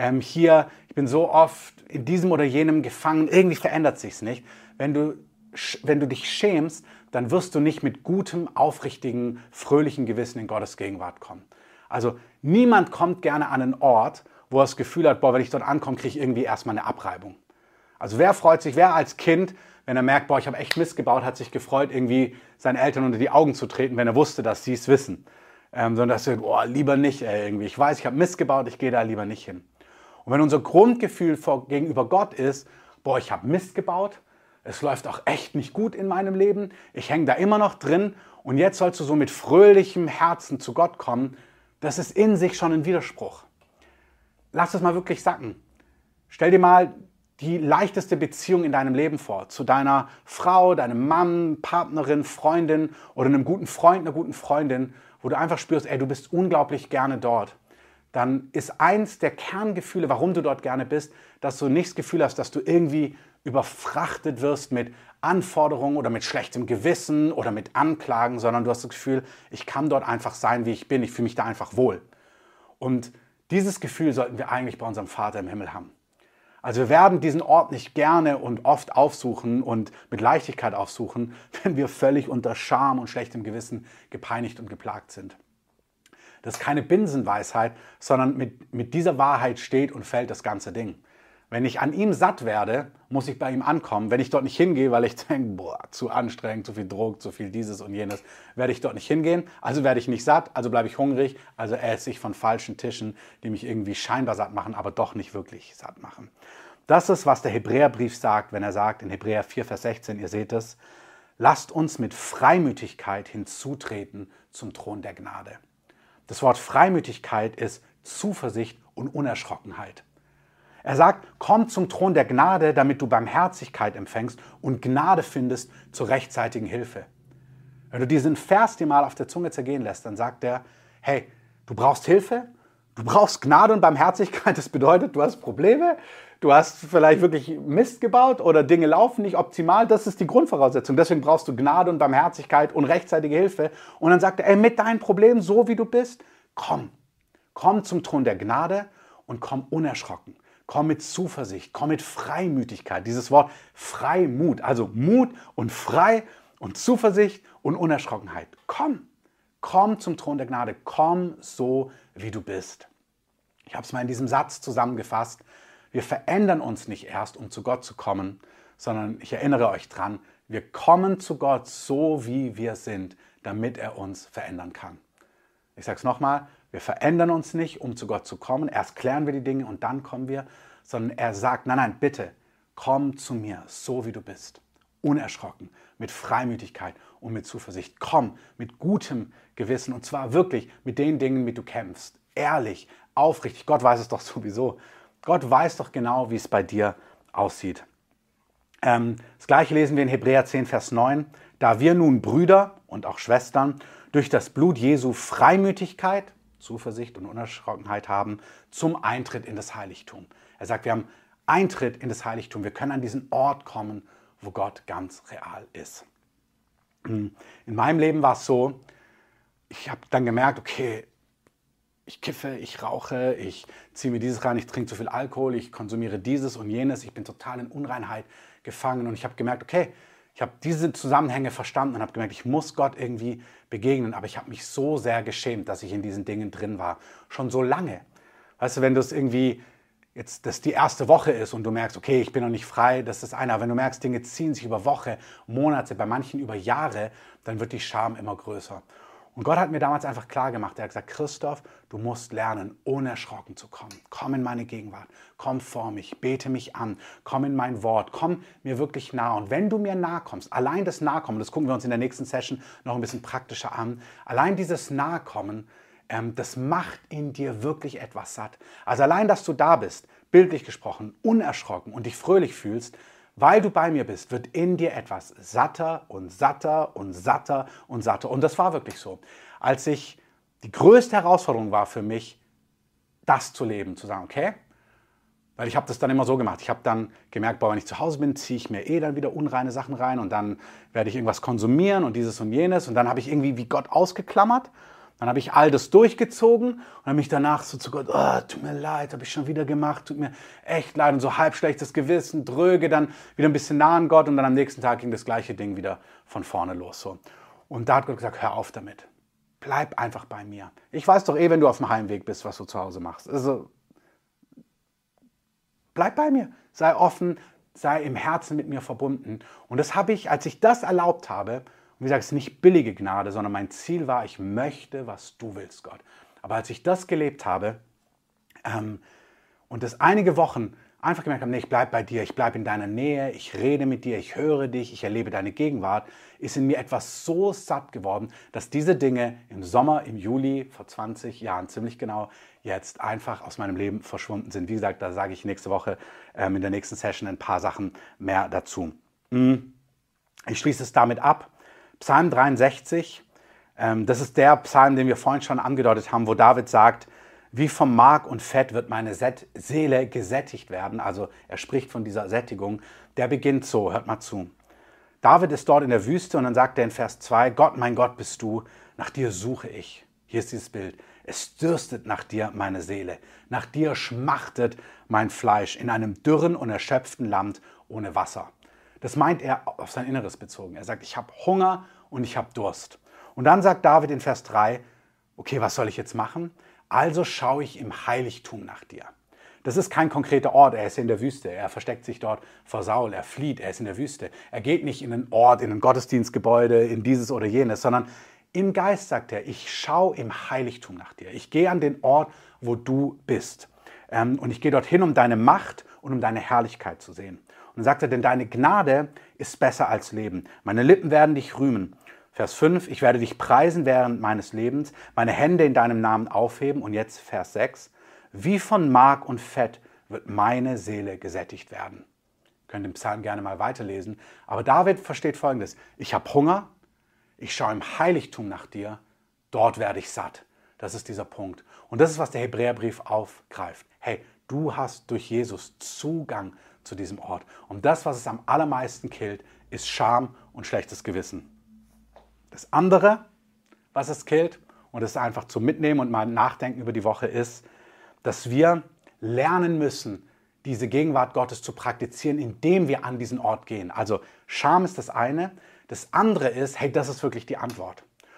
ich bin so oft in diesem oder jenem gefangen, irgendwie verändert sich's nicht. Wenn du dich schämst, dann wirst du nicht mit gutem, aufrichtigen, fröhlichen Gewissen in Gottes Gegenwart kommen. Also niemand kommt gerne an einen Ort, wo er das Gefühl hat, boah, wenn ich dort ankomme, kriege ich irgendwie erstmal eine Abreibung. Also wer freut sich, wer als Kind, wenn er merkt, boah, ich habe echt Mist gebaut, hat sich gefreut, irgendwie seinen Eltern unter die Augen zu treten, wenn er wusste, dass sie es wissen. Sondern dass er, boah, lieber nicht irgendwie. Ich weiß, ich habe Mist gebaut, ich gehe da lieber nicht hin. Und wenn unser Grundgefühl gegenüber Gott ist, boah, ich habe Mist gebaut, es läuft auch echt nicht gut in meinem Leben, ich hänge da immer noch drin und jetzt sollst du so mit fröhlichem Herzen zu Gott kommen, das ist in sich schon ein Widerspruch. Lass es mal wirklich sacken. Stell dir mal die leichteste Beziehung in deinem Leben vor, zu deiner Frau, deinem Mann, Partnerin, Freundin oder einem guten Freund, einer guten Freundin, wo du einfach spürst, ey, du bist unglaublich gerne dort. dann ist eins der Kerngefühle, warum du dort gerne bist, dass du nicht das Gefühl hast, dass du irgendwie überfrachtet wirst mit Anforderungen oder mit schlechtem Gewissen oder mit Anklagen, sondern du hast das Gefühl, ich kann dort einfach sein, wie ich bin, ich fühle mich da einfach wohl. Und dieses Gefühl sollten wir eigentlich bei unserem Vater im Himmel haben. Also wir werden diesen Ort nicht gerne und oft aufsuchen und mit Leichtigkeit aufsuchen, wenn wir völlig unter Scham und schlechtem Gewissen gepeinigt und geplagt sind. Das ist keine Binsenweisheit, sondern mit dieser Wahrheit steht und fällt das ganze Ding. Wenn ich an ihm satt werde, muss ich bei ihm ankommen. Wenn ich dort nicht hingehe, weil ich denke, boah, zu anstrengend, zu viel Druck, zu viel dieses und jenes, werde ich dort nicht hingehen. Also werde ich nicht satt, also bleibe ich hungrig, also esse ich von falschen Tischen, die mich irgendwie scheinbar satt machen, aber doch nicht wirklich satt machen. Das ist, was der Hebräerbrief sagt, wenn er sagt in Hebräer 4, Vers 16, ihr seht es, lasst uns mit Freimütigkeit hinzutreten zum Thron der Gnade. Das Wort Freimütigkeit ist Zuversicht und Unerschrockenheit. Er sagt, komm zum Thron der Gnade, damit du Barmherzigkeit empfängst und Gnade findest zur rechtzeitigen Hilfe. Wenn du diesen Vers dir mal auf der Zunge zergehen lässt, dann sagt er, hey, du brauchst Hilfe, du brauchst Gnade und Barmherzigkeit. Das bedeutet, du hast Probleme, du hast vielleicht wirklich Mist gebaut oder Dinge laufen nicht optimal. Das ist die Grundvoraussetzung. Deswegen brauchst du Gnade und Barmherzigkeit und rechtzeitige Hilfe. Und dann sagt er, ey, mit deinen Problemen, so wie du bist, komm zum Thron der Gnade und komm unerschrocken. Komm mit Zuversicht, komm mit Freimütigkeit. Dieses Wort Freimut, also Mut und frei und Zuversicht und Unerschrockenheit. Komm zum Thron der Gnade, komm so, wie du bist. Ich habe es mal in diesem Satz zusammengefasst. Wir verändern uns nicht erst, um zu Gott zu kommen, sondern ich erinnere euch dran, wir kommen zu Gott so, wie wir sind, damit er uns verändern kann. Ich sage es nochmal, wir verändern uns nicht, um zu Gott zu kommen. Erst klären wir die Dinge und dann kommen wir, sondern er sagt, nein, bitte, komm zu mir, so wie du bist. Unerschrocken, mit Freimütigkeit und mit Zuversicht. Komm mit gutem Gewissen und zwar wirklich mit den Dingen, mit denen du kämpfst. Ehrlich, aufrichtig. Gott weiß es doch sowieso. Gott weiß doch genau, wie es bei dir aussieht. Das Gleiche lesen wir in Hebräer 10, Vers 9. Da wir nun Brüder und auch Schwestern durch das Blut Jesu Freimütigkeit, Zuversicht und Unerschrockenheit haben zum Eintritt in das Heiligtum. Er sagt, wir haben Eintritt in das Heiligtum. Wir können an diesen Ort kommen, wo Gott ganz real ist. In meinem Leben war es so, ich habe dann gemerkt, okay, ich kiffe, ich rauche, ich ziehe mir dieses rein, ich trinke zu viel Alkohol, ich konsumiere dieses und jenes, ich bin total in Unreinheit gefangen und ich habe gemerkt, okay, ich habe diese Zusammenhänge verstanden und habe gemerkt, ich muss Gott irgendwie begegnen, aber ich habe mich so sehr geschämt, dass ich in diesen Dingen drin war, schon so lange. Weißt du, wenn du es irgendwie jetzt das die erste Woche ist und du merkst, okay, ich bin noch nicht frei, das ist einer. Wenn du merkst, Dinge ziehen sich über Woche, Monate, bei manchen über Jahre, dann wird die Scham immer größer. Und Gott hat mir damals einfach klar gemacht, er hat gesagt, Christoph, du musst lernen, unerschrocken zu kommen. Komm in meine Gegenwart, komm vor mich, bete mich an, komm in mein Wort, komm mir wirklich nah. Und wenn du mir nahe kommst, allein das Nahkommen, das gucken wir uns in der nächsten Session noch ein bisschen praktischer an, allein dieses Nahkommen, das macht in dir wirklich etwas satt. Also allein, dass du da bist, bildlich gesprochen, unerschrocken und dich fröhlich fühlst, weil du bei mir bist, wird in dir etwas satter und satter und satter und satter. Und das war wirklich so. Die größte Herausforderung war für mich, das zu leben, zu sagen, okay, weil ich habe das dann immer so gemacht. Ich habe dann gemerkt, boah, wenn ich zu Hause bin, ziehe ich mir dann wieder unreine Sachen rein und dann werde ich irgendwas konsumieren und dieses und jenes. Und dann habe ich irgendwie wie Gott ausgeklammert. Dann habe ich all das durchgezogen und dann bin ich danach so zu Gott, oh, tut mir leid, habe ich schon wieder gemacht, tut mir echt leid und so halb schlechtes Gewissen, dröge, dann wieder ein bisschen nah an Gott und dann am nächsten Tag ging das gleiche Ding wieder von vorne los. So. Und da hat Gott gesagt, hör auf damit, bleib einfach bei mir. Ich weiß doch wenn du auf dem Heimweg bist, was du zu Hause machst. Also bleib bei mir, sei offen, sei im Herzen mit mir verbunden. Und das habe ich, als ich das erlaubt habe, und wie gesagt, es ist nicht billige Gnade, sondern mein Ziel war, ich möchte, was du willst, Gott. Aber als ich das gelebt habe und das einige Wochen einfach gemerkt habe, nee, ich bleibe bei dir, ich bleibe in deiner Nähe, ich rede mit dir, ich höre dich, ich erlebe deine Gegenwart, ist in mir etwas so satt geworden, dass diese Dinge im Sommer, im Juli vor 20 Jahren, ziemlich genau, jetzt einfach aus meinem Leben verschwunden sind. Wie gesagt, da sage ich nächste Woche in der nächsten Session ein paar Sachen mehr dazu. Ich schließe es damit ab. Psalm 63, das ist der Psalm, den wir vorhin schon angedeutet haben, wo David sagt, Wie vom Mark und Fett wird meine Seele gesättigt werden. Also er spricht von dieser Sättigung. Der beginnt so, hört mal zu. David ist dort in der Wüste und dann sagt er in Vers 2, Gott, mein Gott bist du, nach dir suche ich. Hier ist dieses Bild. Es dürstet nach dir meine Seele. Nach dir schmachtet mein Fleisch in einem dürren und erschöpften Land ohne Wasser. Das meint er auf sein Inneres bezogen. Er sagt, ich habe Hunger und ich habe Durst. Und dann sagt David in Vers 3, okay, was soll ich jetzt machen? Also schaue ich im Heiligtum nach dir. Das ist kein konkreter Ort, er ist in der Wüste, er versteckt sich dort vor Saul, er flieht, er ist in der Wüste. Er geht nicht in einen Ort, in ein Gottesdienstgebäude, in dieses oder jenes, sondern im Geist sagt er, ich schaue im Heiligtum nach dir. Ich gehe an den Ort, wo du bist. Und ich gehe dorthin, um deine Macht und um deine Herrlichkeit zu sehen. Und dann sagt er, denn deine Gnade ist besser als Leben. Meine Lippen werden dich rühmen. Vers 5, ich werde dich preisen während meines Lebens, meine Hände in deinem Namen aufheben. Und jetzt Vers 6, wie von Mark und Fett wird meine Seele gesättigt werden. Ihr könnt den Psalm gerne mal weiterlesen. Aber David versteht Folgendes. Ich habe Hunger, ich schaue im Heiligtum nach dir, dort werde ich satt. Das ist dieser Punkt. Und das ist, was der Hebräerbrief aufgreift. Hey, du hast durch Jesus Zugang zu diesem Ort. Und das, was es am allermeisten killt, ist Scham und schlechtes Gewissen. Das andere, was es killt, und das ist einfach zum Mitnehmen und mal nachdenken über die Woche, ist, dass wir lernen müssen, diese Gegenwart Gottes zu praktizieren, indem wir an diesen Ort gehen. Also Scham ist das eine. Das andere ist, hey, das ist wirklich die Antwort.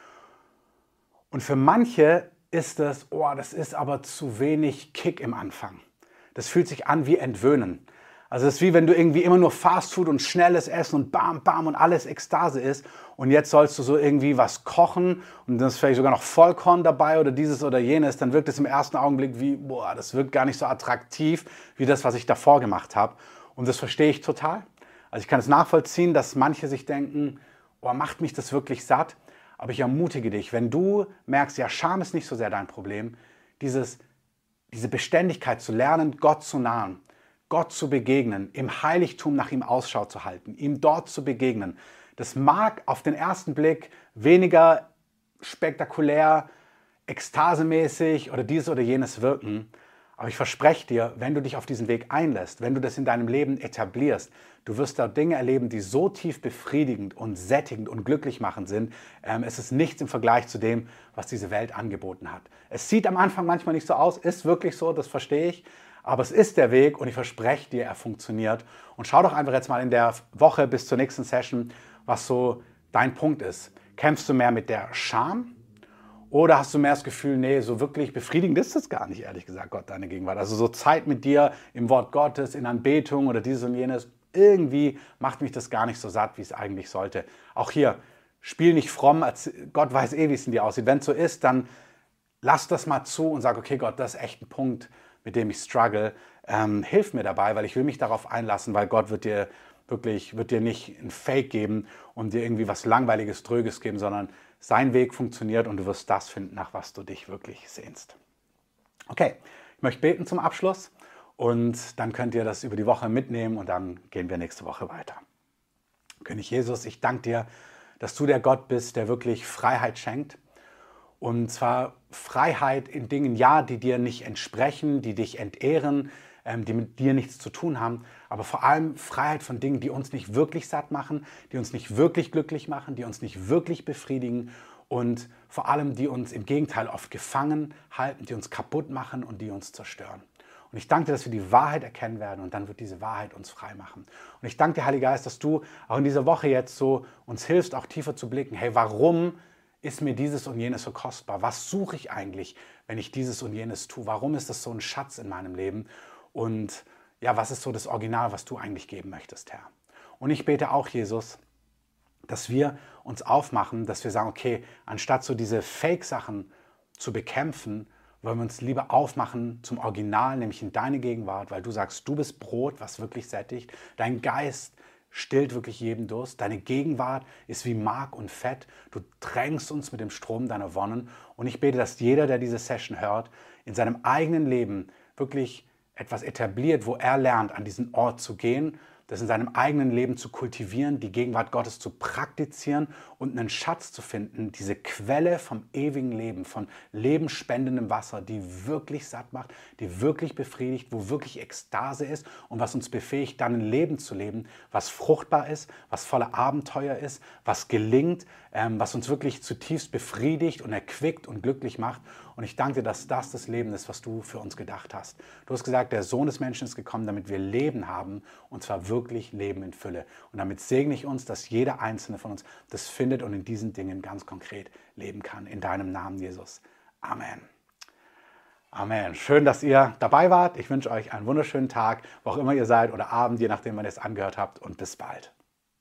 Und für manche ist das, oh, das ist aber zu wenig Kick im Anfang. Das fühlt sich an wie Entwöhnen. Also es ist wie wenn du irgendwie immer nur Fastfood und schnelles Essen und bam, bam und alles Ekstase ist und jetzt sollst du so irgendwie was kochen und dann ist vielleicht sogar noch Vollkorn dabei oder dieses oder jenes, dann wirkt es im ersten Augenblick wie, boah, das wirkt gar nicht so attraktiv wie das, was ich davor gemacht habe. Und das verstehe ich total. Also ich kann es nachvollziehen, dass manche sich denken, oh, macht mich das wirklich satt? Aber ich ermutige dich, wenn du merkst, ja, Scham ist nicht so sehr dein Problem, diese Beständigkeit zu lernen, Gott zu nahen, Gott zu begegnen, im Heiligtum nach ihm Ausschau zu halten, ihm dort zu begegnen. Das mag auf den ersten Blick weniger spektakulär, ekstasemäßig oder dieses oder jenes wirken. Aber ich verspreche dir, wenn du dich auf diesen Weg einlässt, wenn du das in deinem Leben etablierst, du wirst da Dinge erleben, die so tief befriedigend und sättigend und glücklich machend sind. Es ist nichts im Vergleich zu dem, was diese Welt angeboten hat. Es sieht am Anfang manchmal nicht so aus, ist wirklich so, das verstehe ich. Aber es ist der Weg und ich verspreche dir, er funktioniert. Und schau doch einfach jetzt mal in der Woche bis zur nächsten Session, was so dein Punkt ist. Kämpfst du mehr mit der Scham oder hast du mehr das Gefühl, nee, so wirklich befriedigend ist das gar nicht, ehrlich gesagt, Gott, deine Gegenwart. Also so Zeit mit dir im Wort Gottes, in Anbetung oder dieses und jenes, irgendwie macht mich das gar nicht so satt, wie es eigentlich sollte. Auch hier, spiel nicht fromm, Gott weiß eh, wie es in dir aussieht. Wenn es so ist, dann lass das mal zu und sag, okay Gott, das ist echt ein Punkt, mit dem ich struggle, hilf mir dabei, weil ich will mich darauf einlassen, weil Gott wird dir nicht ein Fake geben und dir irgendwie was Langweiliges, Dröges geben, sondern sein Weg funktioniert und du wirst das finden, nach was du dich wirklich sehnst. Okay, ich möchte beten zum Abschluss und dann könnt ihr das über die Woche mitnehmen und dann gehen wir nächste Woche weiter. König Jesus, ich danke dir, dass du der Gott bist, der wirklich Freiheit schenkt. Und zwar Freiheit in Dingen, ja, die dir nicht entsprechen, die dich entehren, die mit dir nichts zu tun haben, aber vor allem Freiheit von Dingen, die uns nicht wirklich satt machen, die uns nicht wirklich glücklich machen, die uns nicht wirklich befriedigen und vor allem, die uns im Gegenteil oft gefangen halten, die uns kaputt machen und die uns zerstören. Und ich danke dir, dass wir die Wahrheit erkennen werden und dann wird diese Wahrheit uns frei machen. Und ich danke dir, Heiliger Geist, dass du auch in dieser Woche jetzt so uns hilfst, auch tiefer zu blicken. Hey, warum ist mir dieses und jenes so kostbar? Was suche ich eigentlich, wenn ich dieses und jenes tue? Warum ist das so ein Schatz in meinem Leben? Und ja, was ist so das Original, was du eigentlich geben möchtest, Herr? Und ich bete auch, Jesus, dass wir uns aufmachen, dass wir sagen, okay, anstatt so diese Fake-Sachen zu bekämpfen, wollen wir uns lieber aufmachen zum Original, nämlich in deine Gegenwart, weil du sagst, du bist Brot, was wirklich sättigt. Dein Geist stillt wirklich jeden Durst. Deine Gegenwart ist wie Mark und Fett. Du drängst uns mit dem Strom deiner Wonnen. Und ich bete, dass jeder, der diese Session hört, in seinem eigenen Leben wirklich etwas etabliert, wo er lernt, an diesen Ort zu gehen, das in seinem eigenen Leben zu kultivieren, die Gegenwart Gottes zu praktizieren und einen Schatz zu finden, diese Quelle vom ewigen Leben, von lebensspendendem Wasser, die wirklich satt macht, die wirklich befriedigt, wo wirklich Ekstase ist und was uns befähigt, dann ein Leben zu leben, was fruchtbar ist, was voller Abenteuer ist, was gelingt, was uns wirklich zutiefst befriedigt und erquickt und glücklich macht. Und ich danke dir, dass das Leben ist, was du für uns gedacht hast. Du hast gesagt, der Sohn des Menschen ist gekommen, damit wir Leben haben, und zwar wirklich Leben in Fülle. Und damit segne ich uns, dass jeder einzelne von uns das findet und in diesen Dingen ganz konkret leben kann. In deinem Namen, Jesus. Amen. Amen. Schön, dass ihr dabei wart. Ich wünsche euch einen wunderschönen Tag, wo auch immer ihr seid, oder Abend, je nachdem, wann ihr es angehört habt. Und bis bald.